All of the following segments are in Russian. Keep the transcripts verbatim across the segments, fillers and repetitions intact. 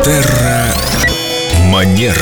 Терра Манера.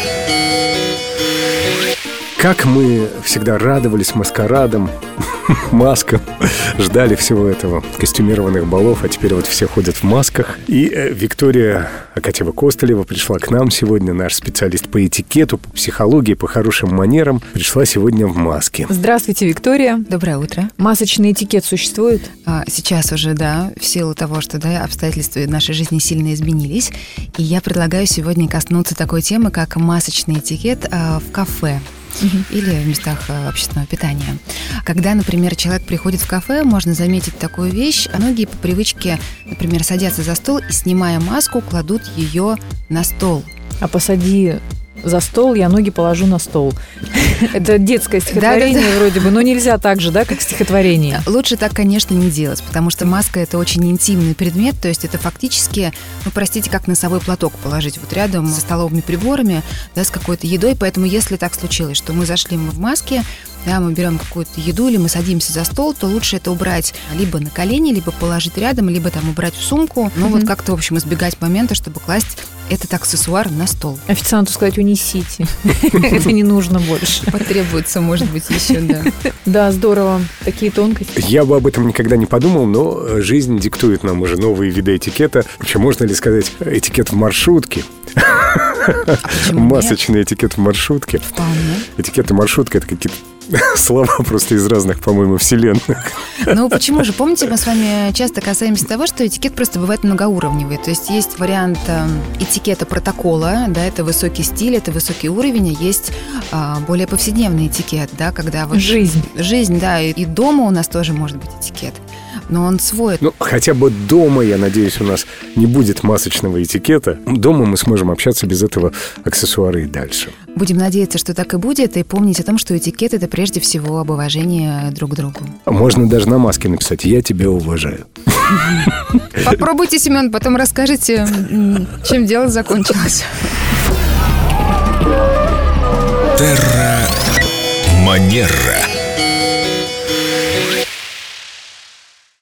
Как мы всегда радовались маскарадам, маскам, ждали всего этого, костюмированных балов, а теперь вот все ходят в масках. И э, Виктория Акатьева-Костылева пришла к нам сегодня, наш специалист по этикету, по психологии, по хорошим манерам, пришла сегодня в маске. Здравствуйте, Виктория. Доброе утро. Масочный этикет существует? А, сейчас уже, да, в силу того, что да, обстоятельства нашей жизни сильно изменились. И я предлагаю сегодня коснуться такой темы, как масочный этикет а, в кафе. Uh-huh. Или в местах общественного питания. Когда, например, человек приходит в кафе, можно заметить такую вещь. Многие по привычке, например, садятся за стол и, снимая маску, кладут ее на стол. А посади за стол, я ноги положу на стол. Это детское стихотворение вроде бы, но нельзя так же, да, как стихотворение. Лучше так, конечно, не делать, потому что маска – это очень интимный предмет, то есть это фактически, ну, простите, как носовой платок положить вот рядом со столовыми приборами, да, с какой-то едой, поэтому если так случилось, что мы зашли мы в маске, да, мы берем какую-то еду или мы садимся за стол, то лучше это убрать либо на колени, либо положить рядом, либо там убрать в сумку, ну, mm-hmm. вот как-то, в общем, избегать момента, чтобы класть этот аксессуар на стол. Официанту сказать: унесите. Это не нужно больше. Потребуется, может быть, еще, да. Да, здорово. Такие тонкости. Я бы об этом никогда не подумал, но жизнь диктует нам уже новые виды этикета. Вообще, можно ли сказать этикет в маршрутке? Масочный этикет в маршрутке. Вполне. Этикет в маршрутке — это какие-то слова просто из разных, по-моему, вселенных. Ну, почему же? Помните, мы с вами часто касаемся того, что этикет просто бывает многоуровневый. То есть есть вариант э, этикета протокола, да, это высокий стиль, это высокий уровень, а есть э, более повседневный этикет, да, когда вот... Жизнь. Жизнь, да, и, и дома у нас тоже может быть этикет. Но он свой. Ну, хотя бы дома, я надеюсь, у нас не будет масочного этикета. Дома мы сможем общаться без этого аксессуара и дальше. Будем надеяться, что так и будет, и помнить о том, что этикет – это прежде всего об уважении друг к другу. Можно даже на маске написать: «Я тебя уважаю». Попробуйте, Семен, потом расскажете, чем дело закончилось. Терра Манера.